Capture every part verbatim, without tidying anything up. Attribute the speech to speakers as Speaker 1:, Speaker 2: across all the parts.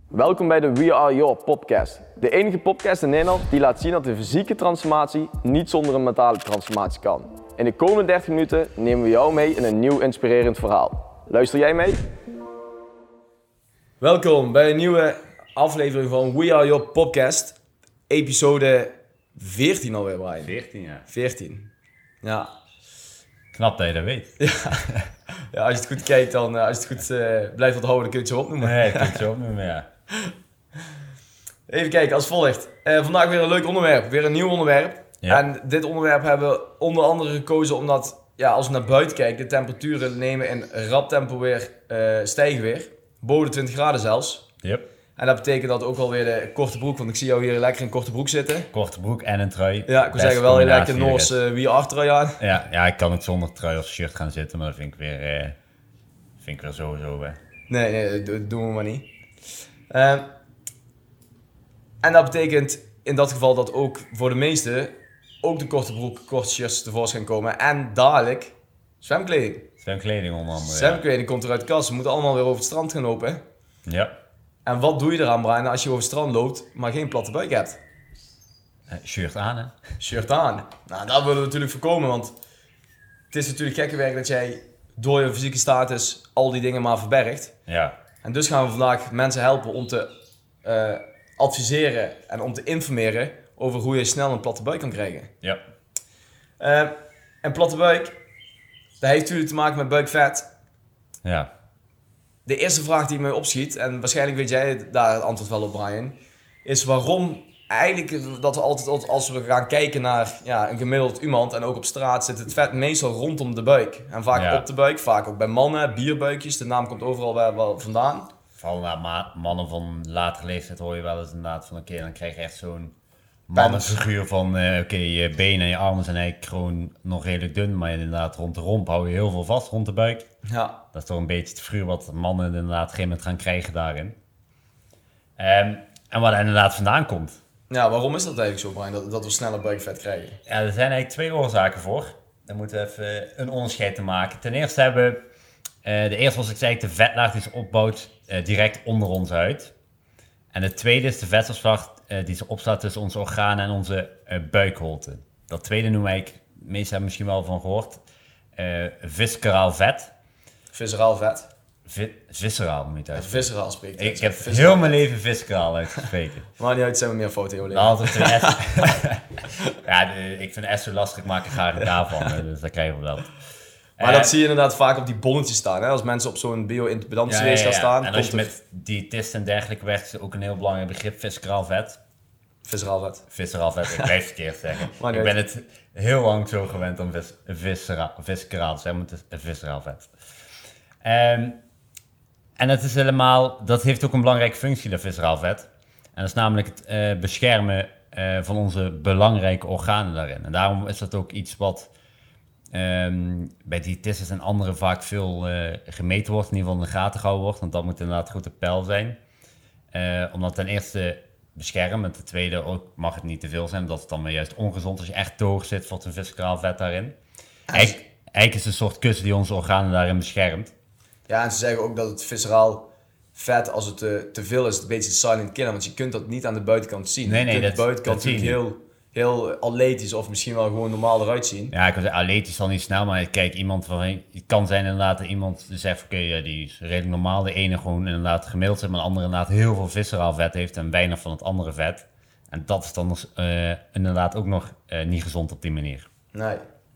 Speaker 1: Welkom bij de We Are Your podcast. De enige podcast in Nederland die laat zien dat de fysieke transformatie niet zonder een mentale transformatie kan. In de komende dertig minuten nemen we jou mee in een nieuw inspirerend verhaal. Luister jij mee? Welkom bij een nieuwe aflevering van We Are Your podcast. Episode veertien alweer, Brian.
Speaker 2: veertien, ja.
Speaker 1: veertien. Ja.
Speaker 2: Knap dat je dat weet.
Speaker 1: Ja, ja als je het goed kijkt, dan uh, als je het goed uh, blijft onthouden, dan kun je het zo opnoemen.
Speaker 2: Nee, kun je het zo opnoemen, ja.
Speaker 1: Even kijken, als volgt. Uh, vandaag weer een leuk onderwerp, weer een nieuw onderwerp. Ja. En dit onderwerp hebben we onder andere gekozen omdat, ja, als we naar buiten kijken, de temperaturen nemen in rap tempo weer uh, stijgen weer. Boven de twintig graden zelfs.
Speaker 2: Yep.
Speaker 1: En dat betekent dat ook alweer de korte broek, want ik zie jou hier lekker in korte broek zitten.
Speaker 2: Korte broek en een trui.
Speaker 1: Ja, ik wil zeggen wel een lekker Noorse uh, We Are trui aan.
Speaker 2: Ja, ja, ik kan ook zonder trui of shirt gaan zitten, maar dat vind ik weer, uh, vind ik weer sowieso. Uh.
Speaker 1: Nee, nee, dat doen we maar niet. Uh, en dat betekent in dat geval dat ook voor de meesten ook de korte broek, korte shirts tevoorschijn komen. En dadelijk zwemkleding.
Speaker 2: Zwemkleding onder andere.
Speaker 1: Zwemkleding ja. komt er uit de kast. Ze moeten allemaal weer over het strand gaan lopen. Hè?
Speaker 2: Ja.
Speaker 1: En wat doe je eraan, Brian, als je over het strand loopt, maar geen platte buik hebt?
Speaker 2: Uh, shirt aan, hè?
Speaker 1: Shirt aan. Nou, dat willen we natuurlijk voorkomen, want het is natuurlijk gekke werk dat jij door je fysieke status al die dingen maar verbergt.
Speaker 2: Ja. En
Speaker 1: dus gaan we vandaag mensen helpen om te uh, adviseren en om te informeren over hoe je snel een platte buik kan krijgen.
Speaker 2: Ja.
Speaker 1: Uh, en platte buik, dat heeft natuurlijk te maken met buikvet.
Speaker 2: Ja.
Speaker 1: De eerste vraag die me opschiet, en waarschijnlijk weet jij daar het antwoord wel op, Brian, is waarom eigenlijk dat we altijd, als we gaan kijken naar ja, een gemiddeld iemand en ook op straat, zit het vet meestal rondom de buik. En vaak ja. op de buik, vaak ook bij mannen, bierbuikjes, de naam komt overal wel, wel vandaan.
Speaker 2: Vooral naar mannen van latere leeftijd hoor je wel eens inderdaad van oké, okay, dan krijg je echt zo'n mannenfiguur van uh, oké, okay, je benen en je armen zijn eigenlijk gewoon nog redelijk dun, maar inderdaad rond de romp hou je heel veel vast rond de buik.
Speaker 1: Ja.
Speaker 2: Dat is toch een beetje het figuur wat mannen inderdaad op een gegeven moment gaan krijgen daarin. Um, en waar dat inderdaad vandaan komt.
Speaker 1: Ja, waarom is dat eigenlijk zo, Brian, dat, dat we sneller buikvet krijgen?
Speaker 2: Ja, er zijn eigenlijk twee oorzaken voor. Daar moeten we even een onderscheid te maken. Ten eerste hebben we, uh, de eerste was ik zei, de vetlaag die zich opbouwt uh, direct onder onze huid. En de tweede is de vetopslag uh, die zich opslaat tussen onze organen en onze uh, buikholte. Dat tweede noemen wij, de meesten hebben misschien wel van gehoord, uh, visceraal vet.
Speaker 1: Visceraal vet?
Speaker 2: Vi- visceraal moet je het uitspreken.
Speaker 1: Visceraal spreekt.
Speaker 2: Ik heb visceraal. Heel mijn leven visceraal uitgespreken.
Speaker 1: Maar niet uit, zijn we meer fouten in
Speaker 2: jouw leven. Ja, de, ik vind S zo lastig, ik maak er graag een K van, dus dat krijgen we wel.
Speaker 1: Maar uh, dat zie je inderdaad vaak op die bonnetjes staan. Hè? Als mensen op zo'n bio-impedantie ja, ja, ja. gaan staan.
Speaker 2: En als je er... met diëtisten en dergelijke werkt, is ook een heel belangrijk begrip, visceraal vet.
Speaker 1: Visceraal vet.
Speaker 2: Visceraal vet, ik blijf het verkeerd zeggen. Ik ben het heel lang zo gewend om vis, visceraal, visceraal te zeggen, maar het is visceraal vet. Um, en dat is helemaal, dat heeft ook een belangrijke functie, dat visceraal vet. En dat is namelijk het uh, beschermen uh, van onze belangrijke organen daarin. En daarom is dat ook iets wat um, bij diëtisten en anderen vaak veel uh, gemeten wordt, in ieder geval in de gaten gehouden wordt. Want dat moet inderdaad goed op peil zijn. Uh, omdat ten eerste beschermen, en ten tweede ook mag het niet te veel zijn, omdat het dan weer juist ongezond als je echt te hoog zit voor een visceraal vet daarin. Eigenlijk, eigenlijk is het een soort kussen die onze organen daarin beschermt.
Speaker 1: Ja, en ze zeggen ook dat het visceraal vet, als het te, te veel is, een beetje silent killer. Want je kunt dat niet aan de buitenkant zien.
Speaker 2: Nee, nee,
Speaker 1: je kunt
Speaker 2: dat,
Speaker 1: de buitenkant natuurlijk heel, heel atletisch of misschien wel gewoon normaal eruit zien.
Speaker 2: Ja, ik wil zeggen, atletisch zal niet snel, maar kijk, iemand van, het kan zijn inderdaad dat iemand zegt, oké, okay, die is redelijk normaal. De ene gewoon inderdaad gemiddeld zit, maar de andere inderdaad heel veel visceraal vet heeft en weinig van het andere vet. En dat is dan uh, inderdaad ook nog uh, niet gezond op die manier.
Speaker 1: Nee.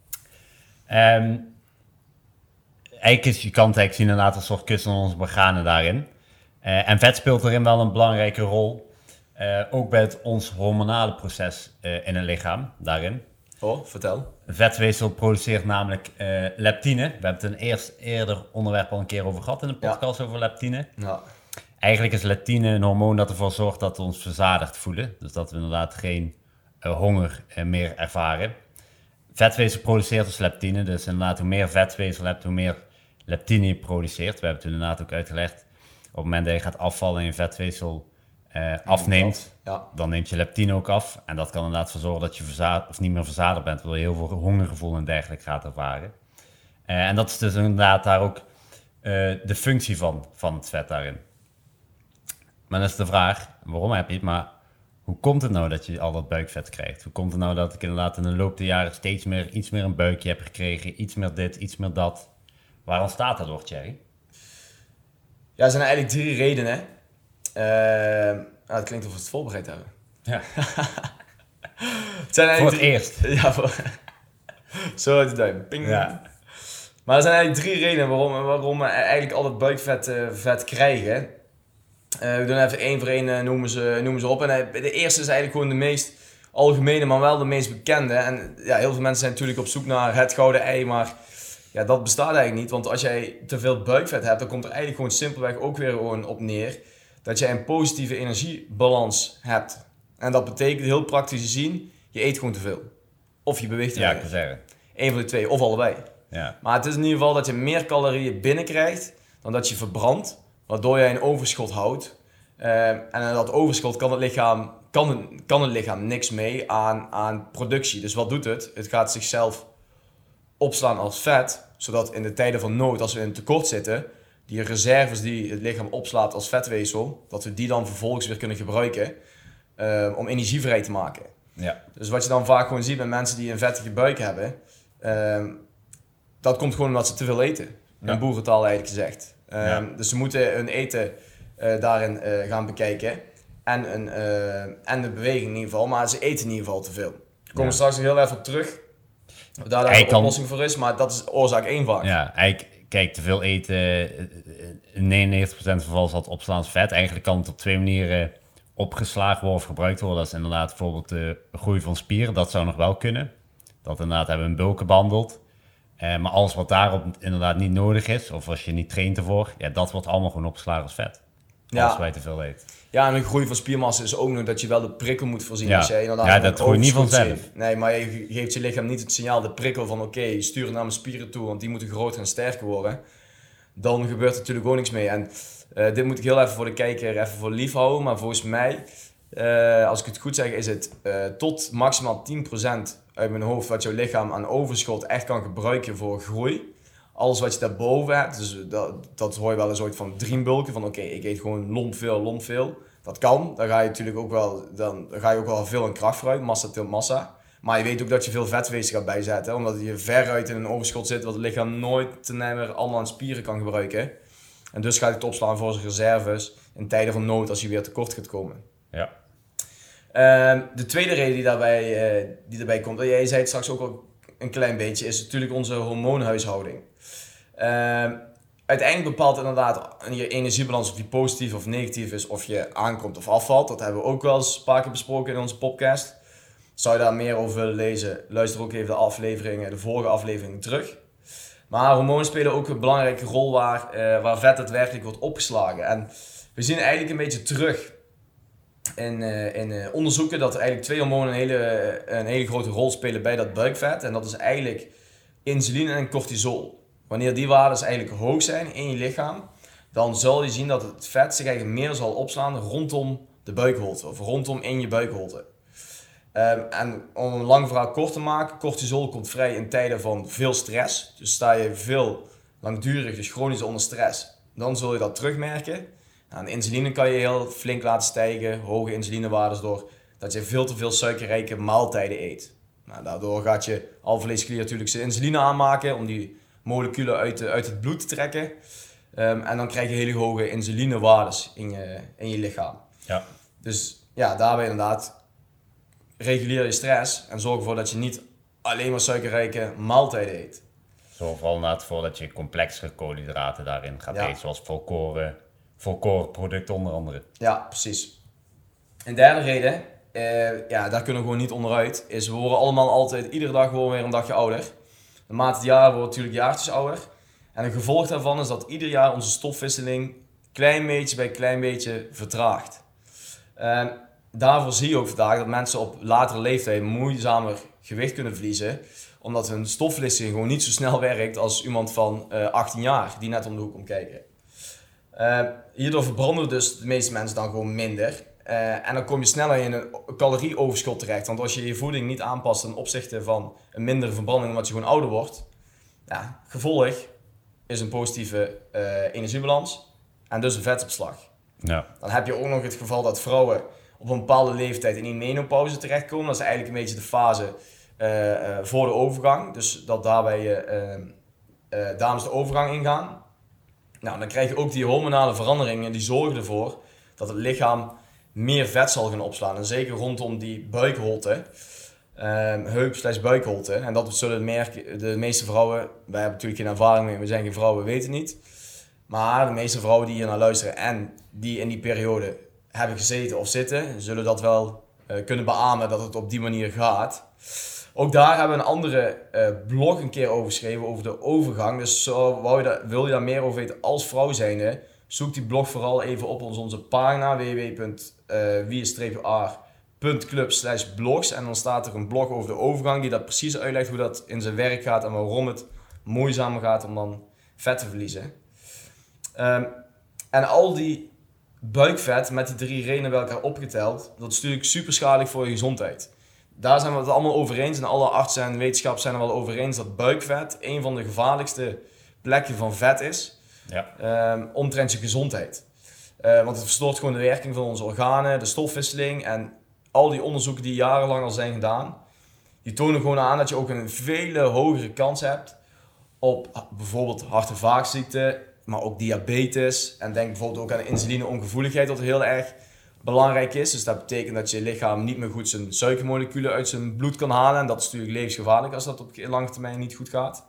Speaker 2: Um, Eigenlijk is, je kan het eigenlijk zien inderdaad als een soort kussen van onze organen daarin. Uh, en vet speelt erin wel een belangrijke rol. Uh, ook bij het ons hormonale proces uh, in het lichaam daarin.
Speaker 1: Oh, vertel.
Speaker 2: Vetweefsel produceert namelijk uh, leptine. We hebben het een eerst, eerder onderwerp al een keer over gehad in de podcast ja. over leptine.
Speaker 1: Ja.
Speaker 2: Eigenlijk is leptine een hormoon dat ervoor zorgt dat we ons verzadigd voelen. Dus dat we inderdaad geen uh, honger uh, meer ervaren. Vetweefsel produceert dus leptine. Dus inderdaad hoe meer vetweefsel je hebt, hoe meer leptine je produceert. We hebben het inderdaad ook uitgelegd. Op het moment dat je gaat afvallen en je vetweefsel uh, afneemt, ja. dan neemt je leptine ook af. En dat kan inderdaad voor zorgen dat je verzaad, of niet meer verzadigd bent, waardoor je heel veel hongergevoel en dergelijke gaat ervaren. Uh, en dat is dus inderdaad daar ook uh, de functie van, van het vet daarin. Maar dat is de vraag, waarom heb je het? Maar hoe komt het nou dat je al dat buikvet krijgt? Hoe komt het nou dat ik inderdaad in de loop der jaren steeds meer, iets meer een buikje heb gekregen, iets meer dit, iets meer dat? Waar ontstaat dat door, Thierry?
Speaker 1: Ja, er zijn eigenlijk drie redenen. Uh, nou, het klinkt of we het voorbereid hebben.
Speaker 2: Ja.
Speaker 1: het zijn
Speaker 2: voor het
Speaker 1: drie...
Speaker 2: eerst.
Speaker 1: Ja, voor... Zo uit de duim. Ping.
Speaker 2: Ja.
Speaker 1: Maar er zijn eigenlijk drie redenen waarom, waarom we eigenlijk al dat buikvet uh, vet krijgen. Uh, we doen even één voor één uh, noemen, ze, noemen ze op. En uh, de eerste is eigenlijk gewoon de meest algemene, maar wel de meest bekende. En ja, heel veel mensen zijn natuurlijk op zoek naar het gouden ei, maar ja, dat bestaat eigenlijk niet. Want als jij te veel buikvet hebt, dan komt er eigenlijk gewoon simpelweg ook weer gewoon op neer dat jij een positieve energiebalans hebt. En dat betekent heel praktisch gezien, je eet gewoon te veel. Of je beweegt te
Speaker 2: Ja,
Speaker 1: veel.
Speaker 2: ik kan zeggen.
Speaker 1: Eén van de twee, of allebei.
Speaker 2: Ja.
Speaker 1: Maar het is in ieder geval dat je meer calorieën binnenkrijgt dan dat je verbrandt, waardoor jij een overschot houdt. Uh, en dat overschot kan het lichaam, kan het, kan het lichaam niks mee aan, aan productie. Dus wat doet het? Het gaat zichzelf opslaan als vet, zodat in de tijden van nood, als we in een tekort zitten, die reserves die het lichaam opslaat als vetweefsel, dat we die dan vervolgens weer kunnen gebruiken uh, om energie vrij te maken.
Speaker 2: Ja.
Speaker 1: Dus wat je dan vaak gewoon ziet bij mensen die een vettige buik hebben, uh, dat komt gewoon omdat ze te veel eten. In
Speaker 2: Ja.
Speaker 1: boerentaal eigenlijk gezegd. Um,
Speaker 2: Ja.
Speaker 1: Dus ze moeten hun eten uh, daarin uh, gaan bekijken. En, een, uh, en de beweging in ieder geval. Maar ze eten in ieder geval te veel. Daar komen we
Speaker 2: Ja.
Speaker 1: straks nog heel even op terug. Of daar
Speaker 2: Hij
Speaker 1: een
Speaker 2: kan-
Speaker 1: oplossing voor is. Maar dat is oorzaak één vaak.
Speaker 2: Ja, eigenlijk, kijk, te veel eten, in negenennegentig procent van gevallen zal het opslaan als vet. Eigenlijk kan het op twee manieren opgeslagen worden of gebruikt worden. Dat is inderdaad bijvoorbeeld de groei van spieren. Dat zou nog wel kunnen. Dat inderdaad hebben we in bulken behandeld. Uh, maar alles wat daarop inderdaad niet nodig is, of als je niet traint ervoor, ja, dat wordt allemaal gewoon opgeslagen als vet.
Speaker 1: Ja.
Speaker 2: Als wij te veel eten.
Speaker 1: Ja, en een groei van spiermassa is ook nog dat je wel de prikkel moet voorzien.
Speaker 2: Ja.
Speaker 1: Als jij inderdaad
Speaker 2: Ja,
Speaker 1: een
Speaker 2: dat groeit niet
Speaker 1: overschot
Speaker 2: vanzelf.
Speaker 1: ziet. Nee, maar je geeft je lichaam niet het signaal, de prikkel van oké, okay, stuur naar mijn spieren toe, want die moeten groter en sterker worden. Dan gebeurt er natuurlijk ook niks mee. En uh, dit moet ik heel even voor de kijker even voor lief houden, maar volgens mij, uh, als ik het goed zeg, is het uh, tot maximaal tien procent uit mijn hoofd wat jouw lichaam aan overschot echt kan gebruiken voor groei. Alles wat je daarboven hebt, dus dat, dat hoor je wel een soort van dreambulken, van oké, okay, ik eet gewoon lomp veel, lomp veel. Dat kan, dan ga je natuurlijk ook wel, dan, dan ga je ook wel veel in kracht vooruit, massa til massa. Maar je weet ook dat je veel vetwezen gaat bijzetten, hè, omdat je veruit in een overschot zit, wat het lichaam nooit ten meer allemaal aan spieren kan gebruiken. En dus gaat het opslaan voor zijn reserves in tijden van nood als je weer tekort gaat komen.
Speaker 2: Ja.
Speaker 1: Uh, de tweede reden die daarbij, uh, die daarbij komt, en jij zei het straks ook al een klein beetje, is natuurlijk onze hormoonhuishouding. Uh, uiteindelijk bepaalt inderdaad je energiebalans of die positief of negatief is, of je aankomt of afvalt. Dat hebben we ook wel eens een paar keer besproken in onze podcast. Zou je daar meer over willen lezen, luister ook even de afleveringen, de vorige afleveringen terug. Maar hormonen spelen ook een belangrijke rol waar, uh, waar vet daadwerkelijk wordt opgeslagen. En we zien eigenlijk een beetje terug in, uh, in uh, onderzoeken dat er eigenlijk twee hormonen een hele, een hele grote rol spelen bij dat buikvet. En dat is eigenlijk insuline en cortisol. Wanneer die waarden eigenlijk hoog zijn in je lichaam, dan zal je zien dat het vet zich eigenlijk meer zal opslaan rondom de buikholte of rondom in je buikholte. Um, en om een lang verhaal kort te maken, cortisol komt vrij in tijden van veel stress. Dus sta je veel langdurig, dus chronisch onder stress, dan zul je dat terugmerken. Nou, insuline kan je heel flink laten stijgen, hoge insulinewaardes door dat je veel te veel suikerrijke maaltijden eet. Nou, daardoor gaat je alvleesklier natuurlijk zijn insuline aanmaken om die moleculen uit, de, uit het bloed te trekken. Um, en dan krijg je hele hoge insulinewaardes in je, in je lichaam.
Speaker 2: Ja.
Speaker 1: Dus ja, daarbij inderdaad reguleer je stress en zorg ervoor dat je niet alleen maar suikerrijke maaltijden eet.
Speaker 2: Zorg vooral inderdaad voor dat je complexere koolhydraten daarin gaat
Speaker 1: Ja.
Speaker 2: eten, zoals volkoren, volkoren producten onder andere.
Speaker 1: Ja, precies. Een derde reden, uh, ja, daar kunnen we gewoon niet onderuit, is we worden allemaal altijd, iedere dag gewoon weer een dagje ouder. Naarmate het jaar wordt natuurlijk jaartjes ouder. En een gevolg daarvan is dat ieder jaar onze stofwisseling klein beetje bij klein beetje vertraagt. Uh, daarvoor zie je ook vandaag dat mensen op latere leeftijd moeizamer gewicht kunnen verliezen, omdat hun stofwisseling gewoon niet zo snel werkt als iemand van uh, achttien jaar die net om de hoek komt kijken. Uh, hierdoor verbranden dus de meeste mensen dan gewoon minder. Uh, en dan kom je sneller in een calorieoverschot terecht. Want als je je voeding niet aanpast ten opzichte van een mindere verbranding omdat je gewoon ouder wordt, ja, gevolg is een positieve uh, energiebalans en dus een vetopslag.
Speaker 2: Ja.
Speaker 1: Dan heb je ook nog het geval dat vrouwen op een bepaalde leeftijd in die menopauze terechtkomen. Dat is eigenlijk een beetje de fase uh, uh, voor de overgang. Dus dat daarbij je uh, uh, dames de overgang ingaan. Nou, dan krijg je ook die hormonale veranderingen die zorgen ervoor dat het lichaam meer vet zal gaan opslaan. En zeker rondom die buikholte, um, heup slash buikholte. En dat zullen merken de meeste vrouwen, wij hebben natuurlijk geen ervaring mee, we zijn geen vrouwen, we weten niet. Maar de meeste vrouwen die hier naar luisteren en die in die periode hebben gezeten of zitten, zullen dat wel uh, kunnen beamen dat het op die manier gaat. Ook daar hebben we een andere uh, blog een keer over geschreven, over de overgang. Dus zo, wou je daar, wil je daar meer over weten als vrouw zijnde, zoek die blog vooral even op ons, onze pagina w w w punt wie a punt club slash blogs. En dan staat er een blog over de overgang die dat precies uitlegt hoe dat in zijn werk gaat en waarom het moeizamer gaat om dan vet te verliezen. Um, en al die buikvet met die drie redenen bij elkaar opgeteld, dat is natuurlijk super schadelijk voor je gezondheid. Daar zijn we het allemaal over eens en alle artsen en wetenschappers zijn er wel over eens dat buikvet een van de gevaarlijkste plekken van vet is, ja. um, omtrent je gezondheid. Uh, want het verstoort gewoon de werking van onze organen, de stofwisseling en al die onderzoeken die jarenlang al zijn gedaan, die tonen gewoon aan dat je ook een veel hogere kans hebt op bijvoorbeeld hart- en vaatziekten, maar ook diabetes en denk bijvoorbeeld ook aan insulineongevoeligheid, wat heel erg belangrijk is. Dus dat betekent dat je lichaam niet meer goed zijn suikermoleculen uit zijn bloed kan halen en dat is natuurlijk levensgevaarlijk als dat op lange termijn niet goed gaat.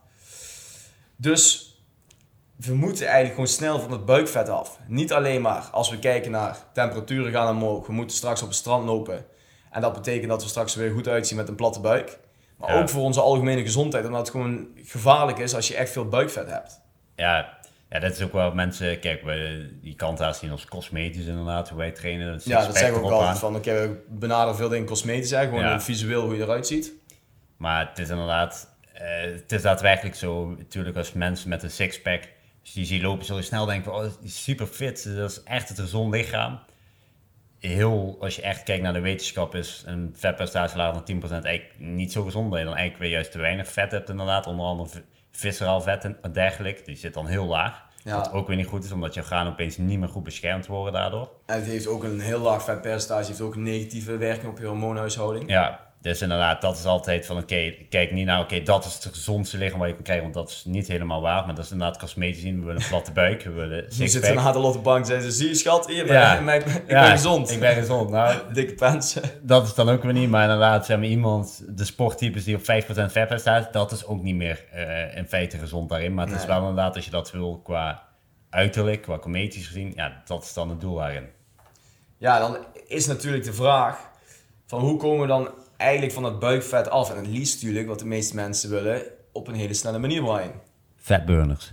Speaker 1: Dus we moeten eigenlijk gewoon snel van het buikvet af. Niet alleen maar als we kijken naar temperaturen gaan omhoog, we moeten straks op het strand lopen en dat betekent dat we straks weer goed uitzien met een platte buik. Maar ja. ook voor onze algemene gezondheid, omdat het gewoon gevaarlijk is als je echt veel buikvet hebt.
Speaker 2: Ja, ja dat is ook wel mensen, kijk, we die kant daar zien als cosmetisch inderdaad, hoe wij trainen. Dat
Speaker 1: ja, dat zeggen we ook altijd van, oké, okay, we benaderen veel dingen cosmetisch, hè, gewoon ja. visueel hoe je eruit ziet.
Speaker 2: Maar het is inderdaad, uh, het is daadwerkelijk zo, natuurlijk als mensen met een sixpack, als je die ziet lopen, zul je snel denken van, oh, die is super fit, dat is echt het gezond lichaam. Heel, als je echt kijkt naar de wetenschap, is een vetpercentage lager dan tien procent eigenlijk niet zo gezond, dat je dan eigenlijk weer juist te weinig vet hebt inderdaad, onder andere visceraal vet en dergelijke, die zit dan heel laag. Ja. Wat ook weer niet goed is, omdat je organen opeens niet meer goed beschermd worden daardoor.
Speaker 1: En het heeft ook een heel laag vetpercentage, heeft ook een negatieve werking op je hormoonhuishouding.
Speaker 2: Ja, dus inderdaad, dat is altijd van, oké, okay, kijk niet naar, oké, okay, dat is het gezondste lichaam wat je kan krijgen, want dat is niet helemaal waar, maar dat is inderdaad cosmetisch zien, we willen een platte buik, we willen sixpack.
Speaker 1: Je zit in een op de bank en zeggen ze, zie je schat, hier, ja. ben, ik, ik
Speaker 2: ja,
Speaker 1: ben gezond.
Speaker 2: Ik ben gezond, nou.
Speaker 1: Dikke pants.
Speaker 2: Dat is dan ook weer niet, maar inderdaad, zeg maar, iemand, de sporttypes die op vijf procent vetpercentage, dat is ook niet meer uh, in feite gezond daarin, maar het nee. is wel inderdaad, als je dat wil qua uiterlijk, qua cosmetisch gezien, ja, dat is dan het doel daarin.
Speaker 1: Ja, dan is natuurlijk de vraag van hoe komen we dan eigenlijk van dat buikvet af? En het liefst natuurlijk, wat de meeste mensen willen, op een hele snelle manier, Brian.
Speaker 2: Fatburners.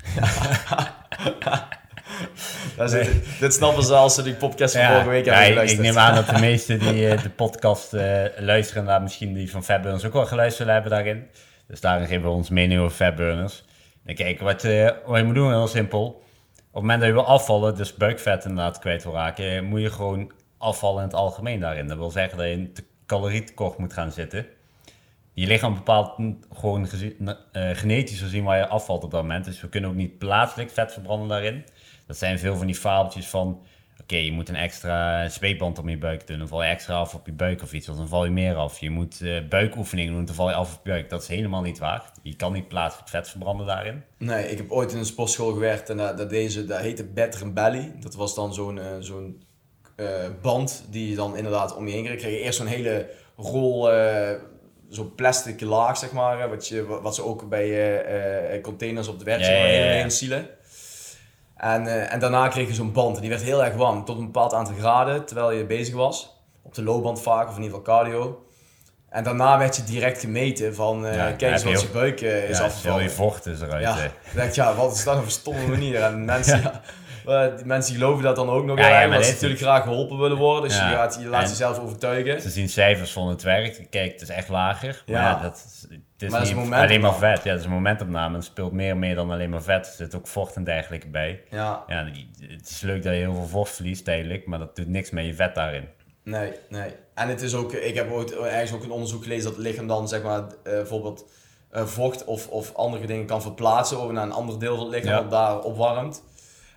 Speaker 1: dat is, nee. Dit snappen ze als ze die podcast van ja, vorige week hebben
Speaker 2: ja,
Speaker 1: geluisterd.
Speaker 2: Ik neem aan dat de meesten die uh, de podcast uh, luisteren, daar misschien die van Fatburners ook wel geluisterd hebben daarin. Dus daarin geven we ons mening over Fatburners. En kijk, wat, uh, wat je moet doen, heel simpel. Op het moment dat je wil afvallen, dus buikvet inderdaad kwijt wil raken, moet je gewoon afvallen in het algemeen daarin. Dat wil zeggen dat je in te calorietekort moet gaan zitten. Je lichaam bepaalt gewoon geze- uh, genetisch gezien waar je afvalt op dat moment. Dus we kunnen ook niet plaatselijk vet verbranden daarin. Dat zijn veel van die fabeltjes van, oké, okay, je moet een extra zweepband om je buik doen. Dan val je extra af op je buik of iets, want dan val je meer af. Je moet uh, buikoefeningen doen, dan val je af op je buik. Dat is helemaal niet waar. Je kan niet plaatselijk vet verbranden daarin.
Speaker 1: Nee, ik heb ooit in een sportschool gewerkt en uh, dat, deze, dat heette Better Belly. Dat was dan zo'n, uh, zo'n uh, band die je dan inderdaad om je heen kreeg. Kreeg je eerst zo'n hele rol, uh, zo'n plastic laag, zeg maar, wat, je, wat ze ook bij uh, uh, containers op de werk ja, ja, ja, ja. heen zielen. En, uh, en daarna kreeg je zo'n band en die werd heel erg warm, tot een bepaald aantal graden, terwijl je bezig was. Op de loopband vaak, of in ieder geval cardio. En daarna werd je direct gemeten van, uh, ja, kijk eens wat je buik uh, is
Speaker 2: ja,
Speaker 1: afgevallen.
Speaker 2: Heel je vocht is eruit.
Speaker 1: Ja, dan denk ik, ja, wat is dat nou voor stomme manier? En mensen, ja. Ja, uh, die mensen die geloven dat dan ook nog wel, ja, ja, omdat ze natuurlijk graag geholpen willen worden. Dus ja. je, gaat, je laat en jezelf overtuigen.
Speaker 2: Ze zien cijfers van het werk, kijk, het is echt lager. Maar ja, ja dat is, het is
Speaker 1: maar
Speaker 2: niet
Speaker 1: is
Speaker 2: alleen maar vet. Ja, het is een momentopname. Het speelt meer meer dan alleen maar vet. Er zit ook vocht en dergelijke bij. Ja. Ja, het is leuk dat je heel veel vocht verliest tijdelijk, maar dat doet niks met je vet daarin.
Speaker 1: Nee, nee. En het is ook, ik heb ooit ergens ook een onderzoek gelezen dat het lichaam dan zeg maar uh, bijvoorbeeld uh, vocht of, of andere dingen kan verplaatsen over naar een ander deel van het lichaam ja. dat daar opwarmt.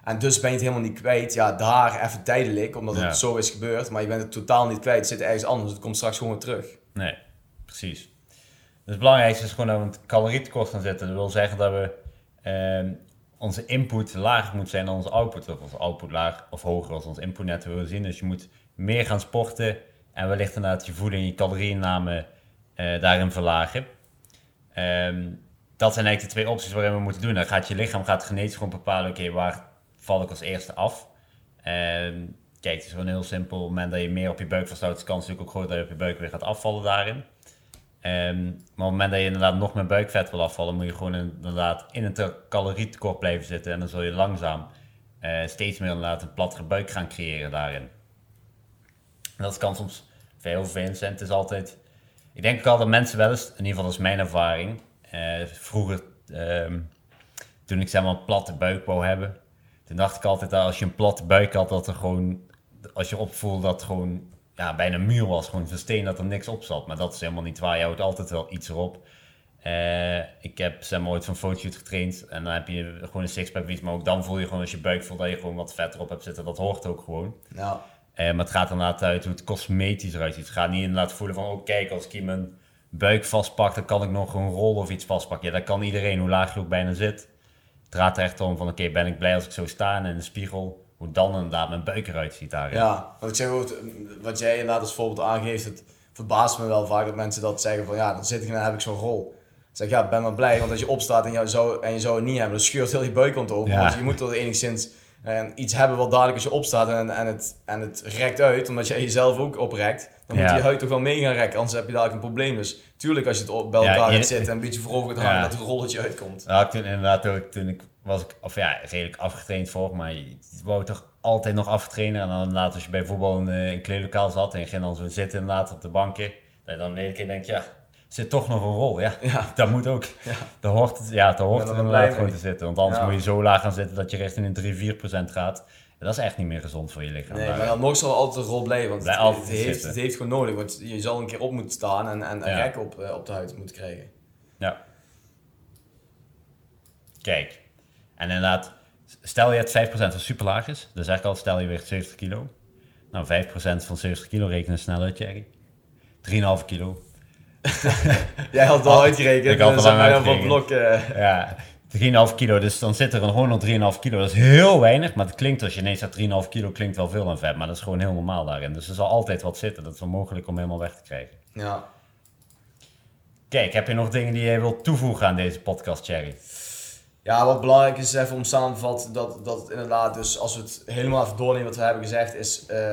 Speaker 1: En dus ben je het helemaal niet kwijt. Ja, daar even tijdelijk, omdat het
Speaker 2: Ja.
Speaker 1: zo is gebeurd. Maar je bent het totaal niet kwijt. Het zit ergens anders. Het komt straks gewoon weer terug.
Speaker 2: Nee, precies. Dus het belangrijkste is gewoon dat we een calorietekort gaan zitten. Dat wil zeggen dat we eh, onze input lager moet zijn dan onze output. Of onze output lager of hoger als onze input net willen zien. Dus je moet meer gaan sporten en wellicht inderdaad je voeding, je calorieinname uh, daarin verlagen. Um, dat zijn eigenlijk de twee opties waarin we moeten doen. Dan gaat je lichaam gaat genetisch gewoon bepalen, oké, okay, waar val ik als eerste af? Um, kijk, het is gewoon heel simpel. Op het moment dat je meer op je buik vasthoudt, is de kans natuurlijk ook groot dat je op je buik weer gaat afvallen daarin. Um, maar op het moment dat je inderdaad nog meer buikvet wil afvallen, moet je gewoon inderdaad in een calorietekort blijven zitten. En dan zul je langzaam uh, steeds meer inderdaad een plattere buik gaan creëren daarin. En dat kan soms veel vervelend zijn. Het is altijd... Ik denk ook al dat mensen wel eens, in ieder geval dat is mijn ervaring, uh, vroeger um, toen ik zeg maar een platte buik wou hebben, toen dacht ik altijd dat als je een platte buik had, dat er gewoon, als je opvoelde dat het gewoon ja, bijna een muur was, gewoon versteen dat er niks op zat. Maar dat is helemaal niet waar, je houdt altijd wel iets erop. Uh, ik heb zeg maar ooit zo'n fotoshoot getraind en dan heb je gewoon een sixpack of iets, maar ook dan voel je gewoon als je buik voelt dat je gewoon wat vet erop hebt zitten, dat hoort ook gewoon.
Speaker 1: Ja.
Speaker 2: Uh, maar het gaat inderdaad uit hoe het cosmetisch eruit ziet. Het gaat niet inderdaad voelen van, oh kijk, als ik hier mijn buik vastpak, dan kan ik nog een rol of iets vastpakken. Ja, dat kan iedereen, hoe laag je ook bijna zit. Het gaat er echt om van, oké, okay, ben ik blij als ik zo sta en in de spiegel, hoe dan inderdaad mijn buik eruit ziet daarin.
Speaker 1: Ja, wat, zeg, wat jij inderdaad als voorbeeld aangeeft, het verbaast me wel vaak dat mensen dat zeggen van, ja, dan zit ik en dan heb ik zo'n rol. Dan zeg ik, ja, ben maar blij, want als je opstaat en je zou, en je zou het niet hebben, dan scheurt heel je buikkant over. Ja. Want je moet er enigszins... En iets hebben wat dadelijk als je opstaat en, en, het, en het rekt uit, omdat je jezelf ook oprekt, dan moet ja. je huid toch wel mee gaan rekken, anders heb je dadelijk een probleem. Dus tuurlijk als je het op, bij elkaar ja, je, zit en een beetje voorover gaat hangen, ja. dat het rolletje uitkomt.
Speaker 2: Ja, toen inderdaad, ook, toen ik was ik, of ja, redelijk afgetraind voor, maar je wou toch altijd nog aftrainen. En dan inderdaad, als je bij voetbal in een kleedlokaal zat en je ging dan zo zitten inderdaad op de bankje, dat je dan een keer denkt, ja, zit toch nog een rol, ja. ja. Dat moet ook. Ja. Dat hoort, ja, dat hoort er inderdaad gewoon te zitten. Want anders ja. moet je zo laag gaan zitten dat je richting een drie, vier procent gaat. En dat is echt niet meer gezond voor je lichaam.
Speaker 1: Nee, maar dan nog zal er altijd een rol blijven. Want het, het, heeft, het heeft gewoon nodig. Want je zal een keer op moeten staan en, en een ja. rek op, uh, op de huid moeten krijgen.
Speaker 2: Ja. Kijk. En inderdaad, stel je het vijf procent van super laag is. Dus eigenlijk al stel je weegt zeventig kilo. Nou, vijf procent van zeventig kilo rekenen snel uit, Jerry. drie komma vijf kilo.
Speaker 1: Jij had het al uitgerekend.
Speaker 2: Ik had het al uitgerekend.
Speaker 1: Blokken.
Speaker 2: Ja, drie komma vijf kilo. Dus dan zit er gewoon nog drie komma vijf kilo. Dat is heel weinig, maar het klinkt als je ineens zegt drie komma vijf kilo klinkt wel veel aan vet. Maar dat is gewoon heel normaal daarin. Dus er zal altijd wat zitten. Dat is wel mogelijk om helemaal weg te krijgen.
Speaker 1: Ja.
Speaker 2: Kijk, heb je nog dingen die je wilt toevoegen aan deze podcast, Thierry?
Speaker 1: Ja, wat belangrijk is even om samen te vatten, dat, dat het inderdaad, dus als we het helemaal even doornemen wat we hebben gezegd, is uh,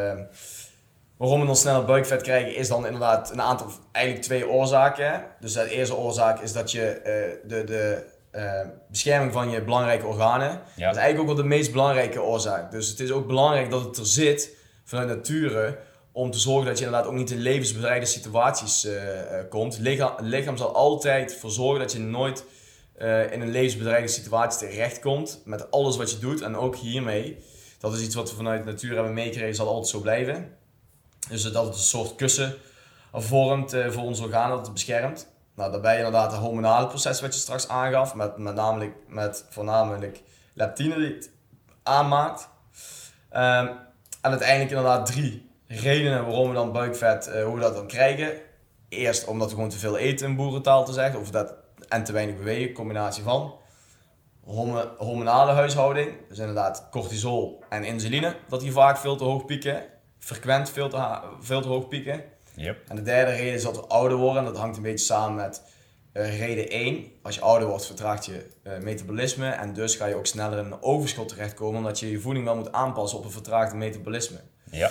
Speaker 1: waarom we dan sneller buikvet krijgen, is dan inderdaad een aantal, eigenlijk twee oorzaken. Dus de eerste oorzaak is dat je uh, de, de uh, bescherming van je belangrijke organen, ja. dat is eigenlijk ook wel de meest belangrijke oorzaak. Dus het is ook belangrijk dat het er zit, vanuit nature, om te zorgen dat je inderdaad ook niet in levensbedreigende situaties uh, uh, komt. Het lichaam, het lichaam zal altijd voor zorgen dat je nooit Uh, in een levensbedreigende situatie terechtkomt met alles wat je doet en ook hiermee. Dat is iets wat we vanuit de natuur hebben meegekregen, zal altijd zo blijven. Dus uh, dat het een soort kussen vormt uh, voor onze organen, dat het beschermt. Nou, daarbij inderdaad het hormonale proces wat je straks aangaf, met, met, namelijk, met voornamelijk leptine die het aanmaakt. Um, en uiteindelijk inderdaad drie redenen waarom we dan buikvet, uh, hoe we dat dan krijgen. Eerst omdat we gewoon te veel eten in boerentaal te zeggen, of dat en te weinig bewegen, combinatie van Hormo- hormonale huishouding, dus inderdaad cortisol en insuline, dat die vaak veel te hoog pieken, frequent veel te, ha- veel te hoog pieken.
Speaker 2: Yep.
Speaker 1: En de derde reden is dat we ouder worden, en dat hangt een beetje samen met uh, reden één. Als je ouder wordt vertraagt je uh, metabolisme en dus ga je ook sneller in een overschot terechtkomen, omdat je je voeding wel moet aanpassen op een vertraagde metabolisme.
Speaker 2: Ja.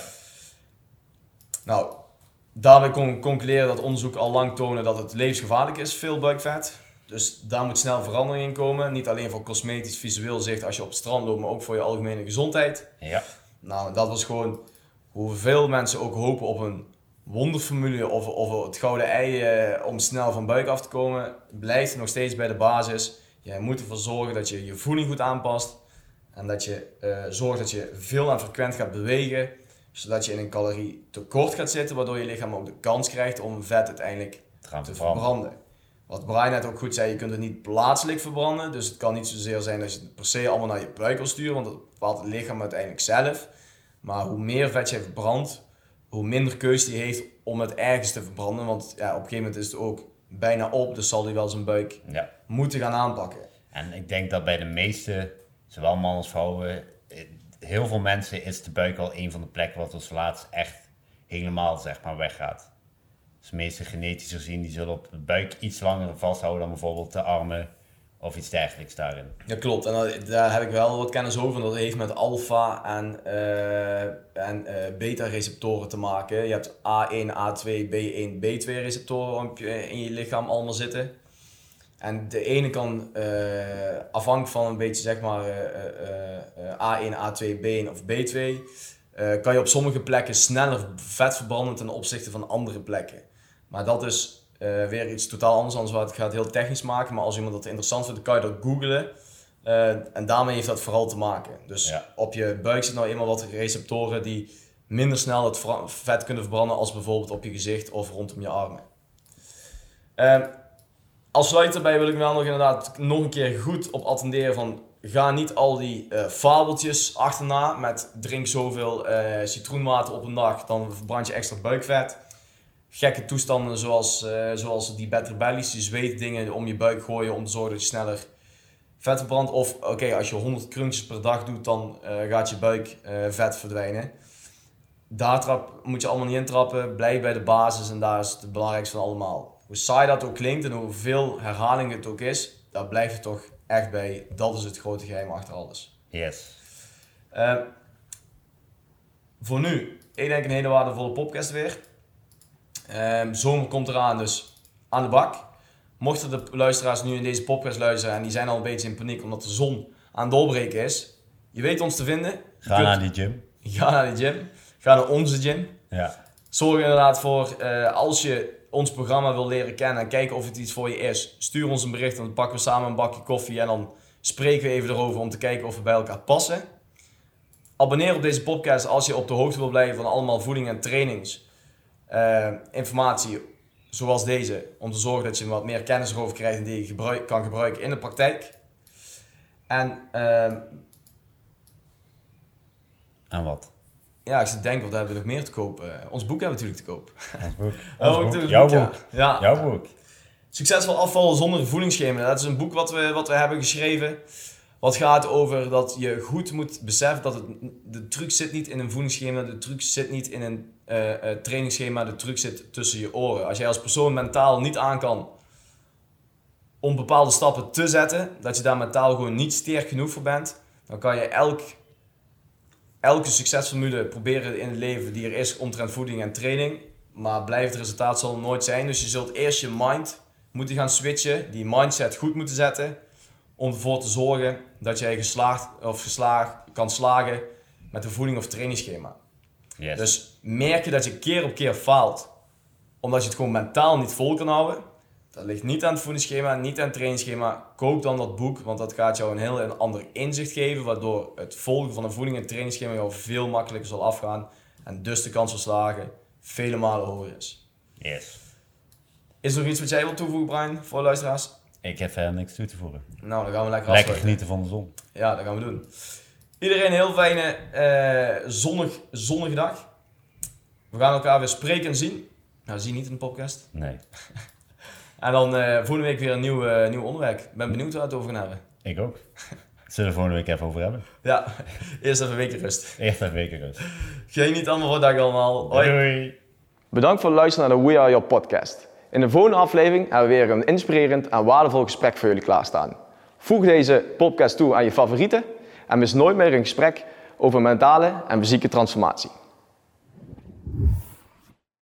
Speaker 1: Nou, daarbij kon ik concluderen dat onderzoek al lang tonen dat het levensgevaarlijk is, veel buikvet. Dus daar moet snel verandering in komen. Niet alleen voor cosmetisch, visueel zicht als je op het strand loopt, maar ook voor je algemene gezondheid.
Speaker 2: Ja.
Speaker 1: Nou, dat was gewoon hoeveel mensen ook hopen op een wonderformule of, of het gouden ei eh, om snel van buik af te komen. Blijft nog steeds bij de basis. Je moet ervoor zorgen dat je je voeding goed aanpast. En dat je uh, zorgt dat je veel en frequent gaat bewegen. Zodat je in een calorie tekort gaat zitten, waardoor je lichaam ook de kans krijgt om vet uiteindelijk te verbranden. Wat Brian net ook goed zei, je kunt het niet plaatselijk verbranden. Dus het kan niet zozeer zijn dat je het per se allemaal naar je buik wil sturen, want dat bepaalt het lichaam uiteindelijk zelf. Maar hoe meer vet je verbrandt, hoe minder keus die heeft om het ergens te verbranden. Want ja, op een gegeven moment is het ook bijna op, dus zal hij wel zijn buik ja. moeten gaan aanpakken.
Speaker 2: En ik denk dat bij de meeste, zowel mannen als vrouwen, heel veel mensen is de buik al een van de plekken wat ons laatst echt helemaal zeg maar weggaat. Dus de meeste genetisch gezien, die zullen op de buik iets langer vasthouden dan bijvoorbeeld de armen of iets dergelijks daarin.
Speaker 1: Ja, klopt. En dat, daar heb ik wel wat kennis over. Dat heeft met alfa en, uh, en uh, beta receptoren te maken. Je hebt A één, A twee, B één, B twee receptoren in je lichaam allemaal zitten. En de ene kan uh, afhankelijk van een beetje zeg maar uh, uh, uh, A één, A twee, B één of B twee... Uh, kan je op sommige plekken sneller vet verbranden ten opzichte van andere plekken. Maar dat is uh, weer iets totaal anders, anders wat ik ga het heel technisch maken. Maar als iemand dat interessant vindt, dan kan je dat googlen. Uh, en daarmee heeft dat vooral te maken. Dus ja. op je buik zitten nou eenmaal wat receptoren die minder snel het vet kunnen verbranden als bijvoorbeeld op je gezicht of rondom je armen. Uh, als sluiter bij wil ik wel nog inderdaad nog een keer goed op attenderen van... Ga niet al die uh, fabeltjes achterna met drink zoveel uh, citroenwater op een dag, dan verbrand je extra buikvet. Gekke toestanden zoals, uh, zoals die Better Bellies, die zweetdingen om je buik gooien om te zorgen dat je sneller vet verbrandt. Of oké, okay, als je honderd crunches per dag doet, dan uh, gaat je buik uh, vet verdwijnen. Daar trap, moet je allemaal niet intrappen, blijf bij de basis en daar is het, het belangrijkste van allemaal. Hoe saai dat ook klinkt en hoeveel herhaling het ook is, daar blijft het toch echt bij, dat is het grote geheim achter alles.
Speaker 2: Yes.
Speaker 1: Uh, voor nu, ik denk een hele waardevolle podcast weer. Uh, zomer komt eraan, dus aan de bak. Mochten de luisteraars nu in deze podcast luisteren en die zijn al een beetje in paniek omdat de zon aan het doorbreken is. Je weet ons te vinden.
Speaker 2: Ga naar die gym.
Speaker 1: Ga naar die gym. Ga naar onze gym.
Speaker 2: Ja.
Speaker 1: Zorg inderdaad voor, uh, als je ons programma wil leren kennen en kijken of het iets voor je is, stuur ons een bericht, dan pakken we samen een bakje koffie en dan spreken we even erover om te kijken of we bij elkaar passen. Abonneer op deze podcast als je op de hoogte wil blijven van allemaal voeding en trainings, uh, informatie zoals deze, om te zorgen dat je wat meer kennis erover krijgt en die je gebruik, kan gebruiken in de praktijk. En, uh,
Speaker 2: en wat?
Speaker 1: Ja, ik zit te denken, wat hebben we nog meer te koop? Uh, ons boek hebben we natuurlijk te koop.
Speaker 2: Ons boek. Ons
Speaker 1: oh,
Speaker 2: boek. Jouw boek.
Speaker 1: boek. Ja.
Speaker 2: Ja. Jouw boek.
Speaker 1: Succesvol afvallen zonder voedingsschema. Dat is een boek wat we, wat we hebben geschreven. Wat gaat over dat je goed moet beseffen dat het, de truc zit niet in een voedingsschema. De truc zit niet in een uh, uh, trainingsschema. De truc zit tussen je oren. Als jij als persoon mentaal niet aan kan om bepaalde stappen te zetten. Dat je daar mentaal gewoon niet sterk genoeg voor bent. Dan kan je elk... Elke succesformule proberen in het leven die er is omtrent voeding en training. Maar blijft het resultaat zal nooit zijn. Dus je zult eerst je mind moeten gaan switchen. Die mindset goed moeten zetten. Om ervoor te zorgen dat jij geslaagd of geslaagd kan slagen met een voeding of trainingsschema.
Speaker 2: Yes.
Speaker 1: Dus merk je dat je keer op keer faalt. Omdat je het gewoon mentaal niet vol kan houden. Dat ligt niet aan het voedingsschema, niet aan het trainingsschema. Koop dan dat boek, want dat gaat jou een heel een ander inzicht geven. Waardoor het volgen van een voeding- en trainingsschema jou veel makkelijker zal afgaan. En dus de kans op slagen vele malen hoger is.
Speaker 2: Yes.
Speaker 1: Is er nog iets wat jij wilt toevoegen, Brian, voor de luisteraars?
Speaker 2: Ik heb verder niks toe te voegen.
Speaker 1: Nou, dan gaan we lekker
Speaker 2: Lekker
Speaker 1: afsluiten.
Speaker 2: genieten van de zon.
Speaker 1: Ja, dat gaan we doen. Iedereen een heel fijne uh, zonnig, zonnige dag. We gaan elkaar weer spreken en zien. Nou, zie je niet in de podcast.
Speaker 2: Nee.
Speaker 1: En dan uh, volgende week weer een nieuw, uh, nieuw onderwerp. Ik ben benieuwd waar we het over gaan hebben.
Speaker 2: Ik ook. Zullen we volgende week even over hebben?
Speaker 1: Ja, eerst even een weekje rust.
Speaker 2: Eerst even een weekje rust.
Speaker 1: Geniet allemaal voor dag allemaal. Hoi.
Speaker 2: Doei.
Speaker 1: Bedankt voor het luisteren naar de We Are Your podcast. In de volgende aflevering hebben we weer een inspirerend en waardevol gesprek voor jullie klaarstaan. Voeg deze podcast toe aan je favorieten en mis nooit meer een gesprek over mentale en fysieke transformatie.